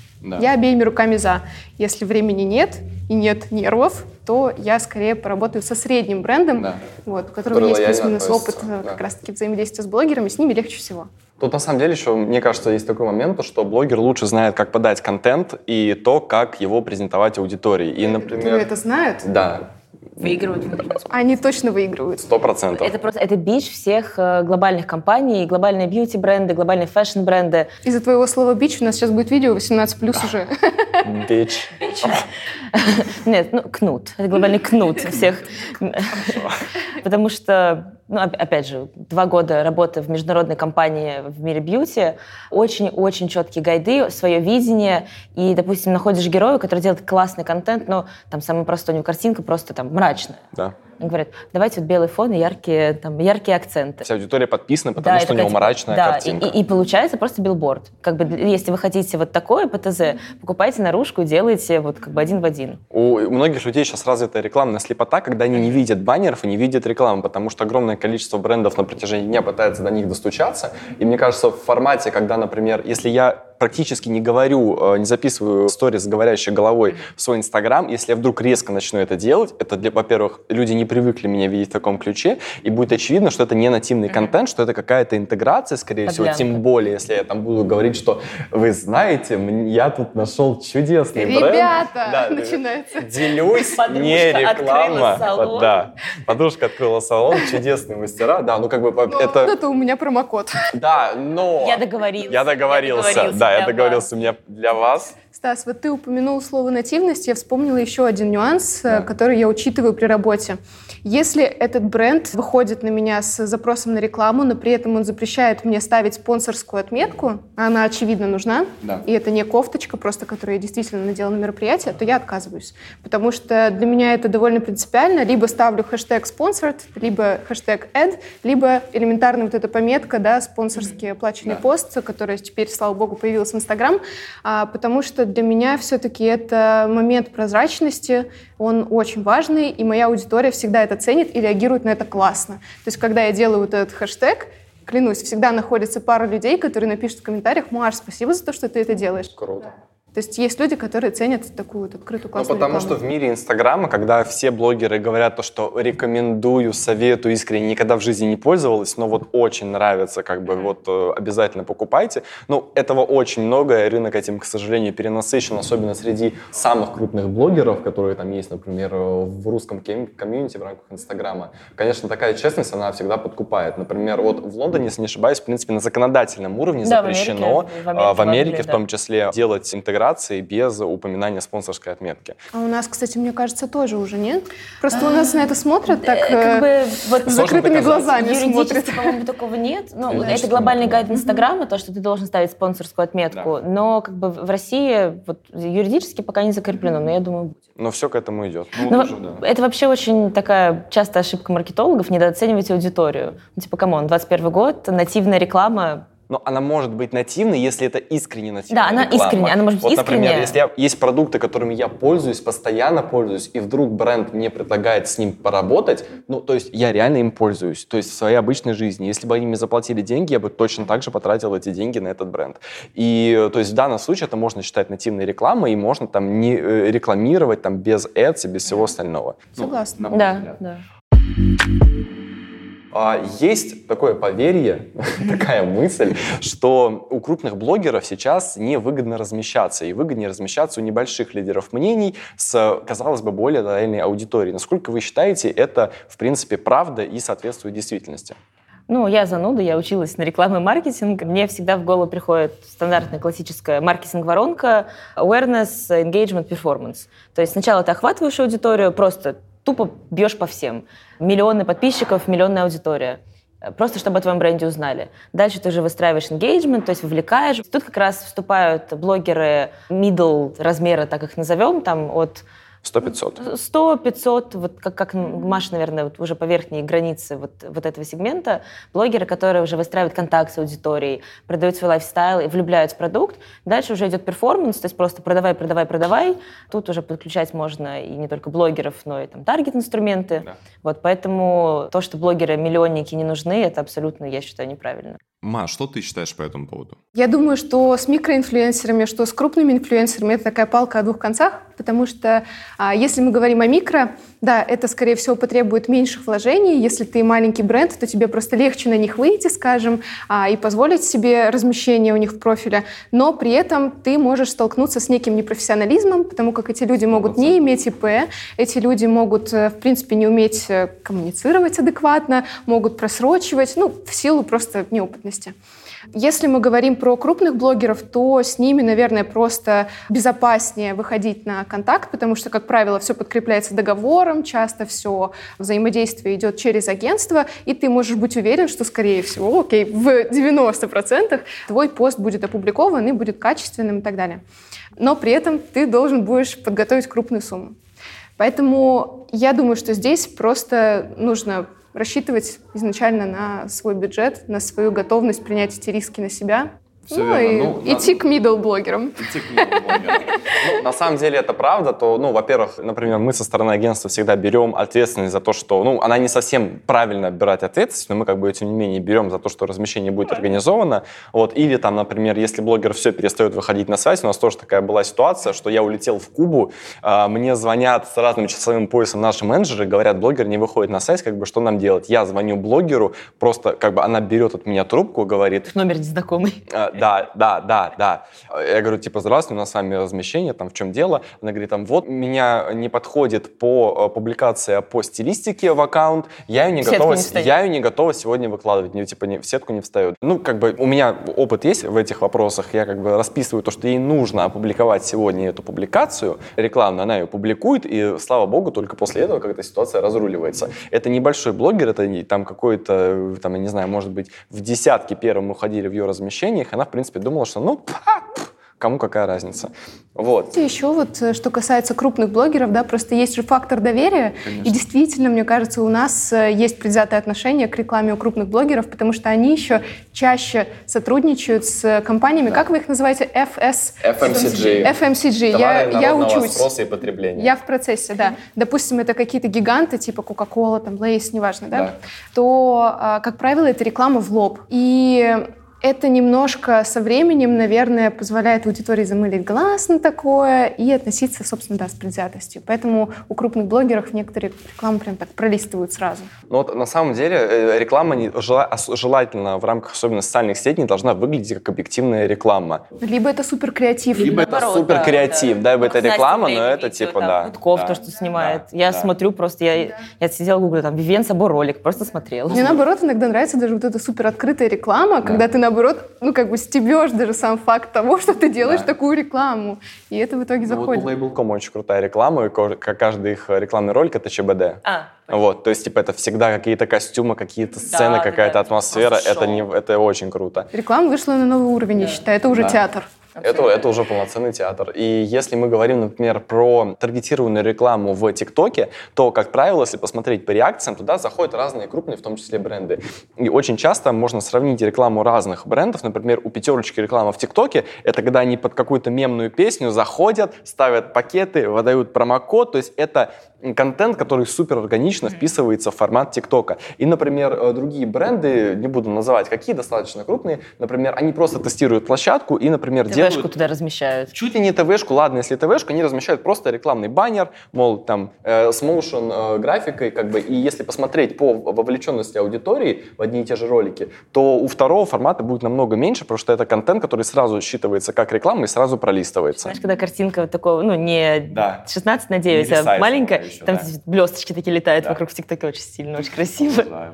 я обеими руками за. Если времени нет и нет нервов, то я скорее поработаю со средним брендом, вот, у которого есть плюс-минус опыт как раз-таки взаимодействия с блогерами, с ними легче всего. Тут на самом деле еще, мне кажется, есть такой момент, что блогер лучше знает, как подать контент и то, как его презентовать аудитории. И, например... Это знают? Да. Выигрывают. Они точно выигрывают. 100%. Это бич всех глобальных компаний, глобальные бьюти-бренды, глобальные фэшн-бренды. Из-за твоего слова «бич» у нас сейчас будет видео 18+ уже. Бич. Нет, кнут. Это глобальный кнут всех. Потому что, опять же, 2 года работы в международной компании в мире бьюти, очень-очень четкие гайды, свое видение. И, допустим, находишь героя, который делает классный контент, но там самая простая у него картинка просто там мрачная. Да. Он говорит, давайте вот белый фон и яркие акценты. Вся аудитория подписана, потому что у него мрачная картинка. И получается просто билборд. Как бы, если вы хотите вот такое ПТЗ, покупайте наружку и делайте вот как бы один в один. У многих людей сейчас развита рекламная слепота, когда они не видят баннеров и не видят рекламы, потому что огромное количество брендов на протяжении дня пытается до них достучаться. И мне кажется, в формате, когда, например, если я практически не говорю, не записываю сторис с говорящей головой в свой Инстаграм, если я вдруг резко начну это делать, это, во-первых, люди не привыкли меня видеть в таком ключе, и будет очевидно, что это не нативный контент, что это какая-то интеграция, скорее всего, тем более, если я там буду говорить, что вы знаете, я тут нашел чудесный бренд. Ребята, начинается. Делюсь, не реклама. Да, подружка открыла салон, чудесные мастера, да, Это у меня промокод. Да, но... Я договорился. Я договорился у меня для вас. Стас, вот ты упомянул слово «нативность», я вспомнила еще один нюанс, который я учитываю при работе. Если этот бренд выходит на меня с запросом на рекламу, но при этом он запрещает мне ставить спонсорскую отметку, она, очевидно, нужна, и это не кофточка просто, которую я действительно надела на мероприятие, то я отказываюсь. Потому что для меня это довольно принципиально. Либо ставлю хэштег «sponsored», либо хэштег «ad», либо элементарно вот эта пометка, да, спонсорский оплаченный пост, которая теперь, слава богу, появилась в Инстаграм, потому что для меня все-таки это момент прозрачности, он очень важный, и моя аудитория всегда это ценит и реагирует на это классно. То есть, когда я делаю вот этот хэштег, клянусь, всегда находится пара людей, которые напишут в комментариях: «Маш, спасибо за то, что ты это делаешь». Круто. То есть есть люди, которые ценят такую вот открытую классную потому рекламу. что в мире Инстаграма, когда все блогеры говорят то, что рекомендую, советую, искренне никогда в жизни не пользовалась, но вот очень нравится, как бы вот обязательно покупайте. Ну, этого очень много, и рынок этим, к сожалению, перенасыщен, особенно среди самых крупных блогеров, которые там есть, например, в русском комьюнити в рамках Инстаграма. Конечно, такая честность, она всегда подкупает. Например, вот в Лондоне, если не ошибаюсь, в принципе, на законодательном уровне запрещено, в Америке в том числе, делать интеграции без упоминания спонсорской отметки. А у нас, кстати, мне кажется, тоже уже нет. Просто у нас на это смотрят так с закрытыми глазами смотрят. Юридически, по-моему, такого нет. Ну, это глобальный гайд Инстаграма, то, что ты должен ставить спонсорскую отметку. Да. Но как бы в России вот, юридически пока не закреплено, но я думаю, будет. Но все к этому идет. Это вообще очень такая частая ошибка маркетологов — недооценивать аудиторию. Ну, типа, камон, 21 год, нативная реклама. Но она может быть нативной, если это искренне нативная реклама. Да, она искренняя, она может быть искренняя. Например, если есть продукты, которыми я пользуюсь, постоянно пользуюсь, и вдруг бренд мне предлагает с ним поработать, ну, то есть я реально им пользуюсь, то есть в своей обычной жизни. Если бы они мне заплатили деньги, я бы точно так же потратил эти деньги на этот бренд. И, то есть в данном случае это можно считать нативной рекламой, и можно там не рекламировать там без ads и без всего остального. Согласна. Да. Есть такое поверье, такая мысль, что у крупных блогеров сейчас невыгодно размещаться, и выгоднее размещаться у небольших лидеров мнений с, казалось бы, более лояльной аудиторией. Насколько вы считаете, это, в принципе, правда и соответствует действительности? Ну, я зануда, я училась на рекламу и маркетинг. Мне всегда в голову приходит стандартная классическая маркетинг-воронка: awareness, engagement, performance. То есть сначала ты охватываешь аудиторию, просто тупо бьешь по всем. Миллионы подписчиков, миллионная аудитория. Просто чтобы о твоем бренде узнали. Дальше ты уже выстраиваешь engagement, то есть вовлекаешь. Тут как раз вступают блогеры middle размера, так их назовем, там от 100-500. 100-500, вот как Маша, наверное, вот уже по верхней границе вот этого сегмента, блогеры, которые уже выстраивают контакт с аудиторией, продают свой лайфстайл и влюбляют в продукт. Дальше уже идет перформанс, то есть просто продавай. Тут уже подключать можно и не только блогеров, но и там таргет-инструменты. Да. Вот, поэтому то, что блогеры-миллионники не нужны, это абсолютно, я считаю, неправильно. Маш, что ты считаешь по этому поводу? Я думаю, что с микроинфлюенсерами, что с крупными инфлюенсерами это такая палка о двух концах, потому что если мы говорим о микро, да, это, скорее всего, потребует меньших вложений. Если ты маленький бренд, то тебе просто легче на них выйти, скажем, и позволить себе размещение у них в профиле, но при этом ты можешь столкнуться с неким непрофессионализмом, потому как эти люди могут не иметь ИП, эти люди могут, в принципе, не уметь коммуницировать адекватно, могут просрочивать, в силу просто неопытности. Если мы говорим про крупных блогеров, то с ними, наверное, просто безопаснее выходить на контакт, потому что, как правило, все подкрепляется договором, часто все взаимодействие идет через агентство, и ты можешь быть уверен, что, скорее всего, в 90% твой пост будет опубликован и будет качественным и так далее. Но при этом ты должен будешь подготовить крупную сумму. Поэтому я думаю, что здесь просто нужно рассчитывать изначально на свой бюджет, на свою готовность принять эти риски на себя. Идти к middle-блогерам. На самом деле это правда, то, во-первых, например, мы со стороны агентства всегда берем ответственность за то, что, она не совсем правильно брать ответственность, но мы как бы, тем не менее, берем за то, что размещение будет организовано. Вот. Или там, например, если блогер все перестает выходить на связь, у нас тоже такая была ситуация, что я улетел в Кубу, мне звонят с разным часовым поясом наши менеджеры, говорят: блогер не выходит на связь, что нам делать? Я звоню блогеру, просто она берет от меня трубку, говорит... Номер незнакомый. Да. Я говорю, здравствуйте, у нас с вами размещение, в чем дело? Она говорит, меня не подходит по публикация по стилистике в аккаунт, я ее не готова сегодня выкладывать, в сетку не встает. У меня опыт есть в этих вопросах, я расписываю то, что ей нужно опубликовать сегодня эту публикацию рекламную, она ее публикует, и, слава богу, только после этого как-то ситуация разруливается. Это небольшой блогер, это там какой-то, я не знаю, может быть, в десятки первым уходили в ее размещениях, она, в принципе, думала, что, кому какая разница. Вот. Еще вот, что касается крупных блогеров, да, просто есть же фактор доверия. Конечно. И действительно, мне кажется, у нас есть предвзятое отношение к рекламе у крупных блогеров, потому что они еще чаще сотрудничают с компаниями, как вы их называете? FMCG. FMCG. Товары я народного учусь. спроса и потребления. Я в процессе, да. Допустим, это какие-то гиганты, типа Coca-Cola, там, Lay's, неважно, да? То, как правило, это реклама в лоб. И это немножко со временем, наверное, позволяет аудитории замылить глаз на такое и относиться, собственно, да, с предвзятостью. Поэтому у крупных блогеров некоторые рекламы прям так пролистывают сразу. Ну вот на самом деле реклама желательно в рамках особенно социальных сетей не должна выглядеть как объективная реклама. Либо это суперкреатив. Либо это суперкреатив, да, это реклама, но это типа, да. Гудков, то, что снимает. Я смотрю просто, я сидела в Гугле, там, Вивен Собор ролик, просто смотрела. Мне наоборот иногда нравится даже вот эта супероткрытая реклама, когда ты наоборот, стебешь даже сам факт того, что ты делаешь такую рекламу. И это в итоге заходит. Вот у Label.com очень крутая реклама, и каждый их рекламный ролик — это ЧБД. Вот, то есть, типа, это всегда какие-то костюмы, какие-то сцены, какая-то атмосфера. Это очень круто. Реклама вышла на новый уровень, я считаю. Это уже театр. Это уже полноценный театр. И если мы говорим, например, про таргетированную рекламу в ТикТоке, то, как правило, если посмотреть по реакциям, туда заходят разные крупные, в том числе бренды. И очень часто можно сравнить рекламу разных брендов. Например, у Пятерочки реклама в ТикТоке — это когда они под какую-то мемную песню заходят, ставят пакеты, выдают промокод. То есть это контент, который супер органично вписывается в формат ТикТока. И, например, другие бренды, не буду называть какие, достаточно крупные, например, они просто тестируют площадку и, например, делают... ТВшку туда размещают. Чуть ли не ТВшку, ладно, если ТВшку, они размещают просто рекламный баннер, мол, там, с моушен графикой, как бы, и если посмотреть по вовлеченности аудитории в одни и те же ролики, то у второго формата будет намного меньше, потому что это контент, который сразу считывается как реклама и сразу пролистывается. Знаешь, когда картинка вот такого, не 16:9, а маленькая, еще, там блесточки такие летают вокруг в ТикТоке, очень стильно, очень красиво.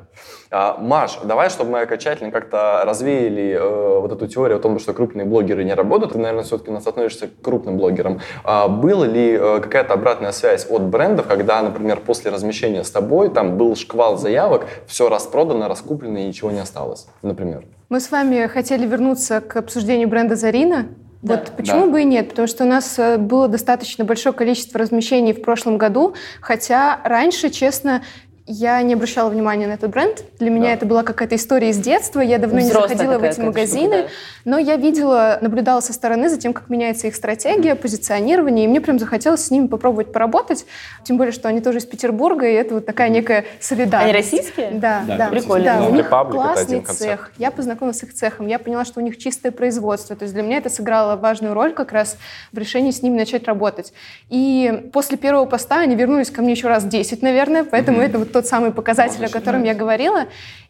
Маш, давай, чтобы мы окончательно как-то развеяли вот эту теорию о том, что крупные блогеры не работают, ты, наверное, все-таки у нас относишься к крупным блогерам. Была ли какая-то обратная связь от брендов, когда, например, после размещения с тобой там был шквал заявок, все распродано, раскуплено и ничего не осталось, например? Мы с вами хотели вернуться к обсуждению бренда Зарина. Да. Вот почему бы и нет? Потому что у нас было достаточно большое количество размещений в прошлом году, хотя раньше, честно, я не обращала внимания на этот бренд. Для меня это была какая-то история из детства. Я давно не заходила в эти магазины. Штука, но я видела, наблюдала со стороны за тем, как меняется их стратегия, позиционирование. И мне прям захотелось с ними попробовать поработать. Тем более, что они тоже из Петербурга, и это вот такая некая солидарность. Они российские? Да. Прикольно. Да, у них классный цех. Я познакомилась с их цехом. Я поняла, что у них чистое производство. То есть для меня это сыграло важную роль как раз в решении с ними начать работать. И после первого поста они вернулись ко мне еще раз 10, наверное. Поэтому это вот тот самый показатель, о котором я говорила.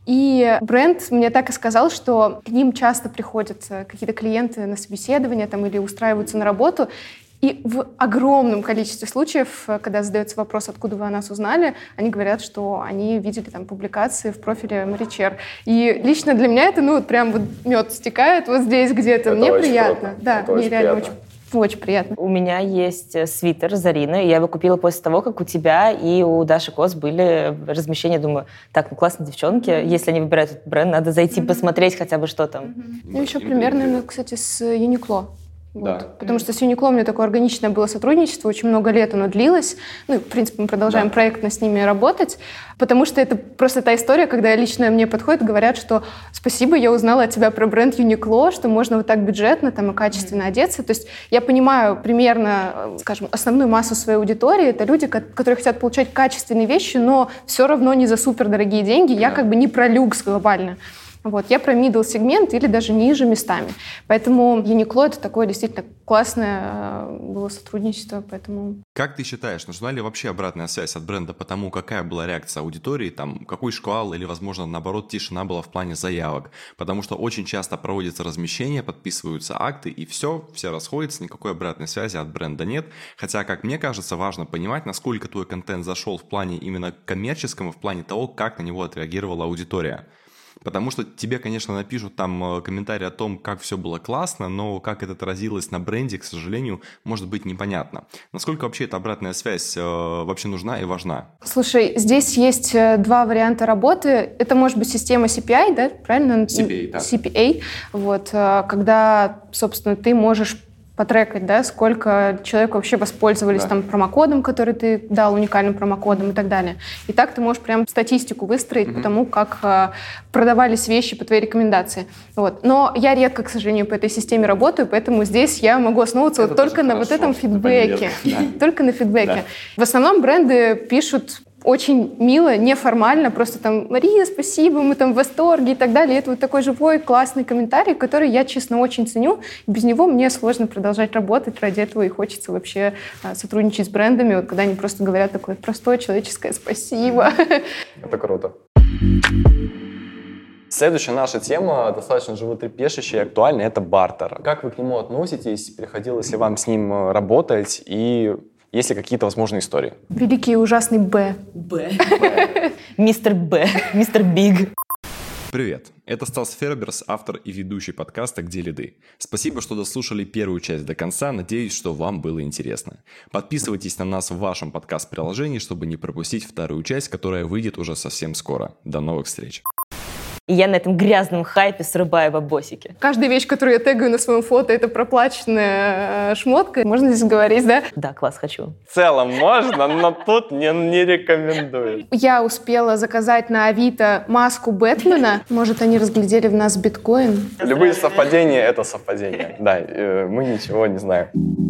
И бренд мне так и сказал, что к ним часто приходят какие-то клиенты на собеседование там, или устраиваются на работу. И в огромном количестве случаев, когда задается вопрос, откуда вы о нас узнали, они говорят, что они видели там публикации в профиле Маричер. И лично для меня это, прям вот мед стекает вот здесь где-то. Это мне очень приятно. круто. Да, это мне очень реально приятно. Очень приятно. У меня есть свитер Зарины. Я его купила после того, как у тебя и у Даши Кос были размещения. Думаю, так, классные девчонки. Если они выбирают этот бренд, надо зайти посмотреть хотя бы, что там. Ну, еще примерно, наверное, кстати, с Uniqlo. Да. Вот. Потому что с Uniqlo у меня такое органичное было сотрудничество, очень много лет оно длилось. В принципе, мы продолжаем проектно с ними работать, потому что это просто та история, когда лично мне подходят, говорят, что спасибо, я узнала от тебя про бренд Uniqlo, что можно вот так бюджетно там, и качественно одеться. То есть я понимаю примерно, скажем, основную массу своей аудитории. Это люди, которые хотят получать качественные вещи, но все равно не за супердорогие деньги. Я как бы не про люкс глобально. Вот, я про middle сегмент или даже ниже местами. Поэтому Uniqlo — это такое действительно классное было сотрудничество. Поэтому... Как ты считаешь, нужна ли вообще обратная связь от бренда по тому, какая была реакция аудитории, там, какой шквал или, возможно, наоборот, тишина была в плане заявок? Потому что очень часто проводятся размещения, подписываются акты, и все расходятся, никакой обратной связи от бренда нет. Хотя, как мне кажется, важно понимать, насколько твой контент зашел в плане именно коммерческом, в плане того, как на него отреагировала аудитория. Потому что тебе, конечно, напишут там комментарии о том, как все было классно, но как это отразилось на бренде, к сожалению, может быть непонятно. Насколько вообще эта обратная связь вообще нужна и важна? Слушай, здесь есть два варианта работы. Это может быть система CPI, да, правильно? CPA, да. CPA, вот, когда, собственно, ты можешь потрекать, да, сколько человек вообще воспользовались там промокодом, который ты дал, уникальным промокодом и так далее. И так ты можешь прям статистику выстроить по тому, как продавались вещи по твоей рекомендации. Вот. Но я редко, к сожалению, по этой системе работаю, поэтому здесь я могу основываться только на вот этом фидбэке. Только на фидбэке. В основном бренды пишут очень мило, неформально, просто там: «Мария, спасибо, мы там в восторге» и так далее. Это вот такой живой, классный комментарий, который я, честно, очень ценю. Без него мне сложно продолжать работать, ради этого и хочется вообще сотрудничать с брендами, вот когда они просто говорят такое простое человеческое «спасибо». Это круто. Следующая наша тема достаточно животрепещущая и актуальная – это бартер. Как вы к нему относитесь? Приходилось ли вам с ним работать? И есть ли какие-то возможные истории? Великий и ужасный Б. Мистер Б. Мистер Биг. Привет, это Стас Ферберс, автор и ведущий подкаста «Где лиды?». Спасибо, что дослушали первую часть до конца, надеюсь, что вам было интересно. Подписывайтесь на нас в вашем подкаст-приложении, чтобы не пропустить вторую часть, которая выйдет уже совсем скоро. До новых встреч! И я на этом грязном хайпе срубаю бабосики. Каждая вещь, которую я тегаю на своем фото, это проплаченная шмотка. Можно здесь говорить, да? Да, класс, хочу. В целом можно, но тут не рекомендую. Я успела заказать на Авито маску Бэтмена. Может, они разглядели в нас биткоин? Любые совпадения – это совпадения. Да, мы ничего не знаем.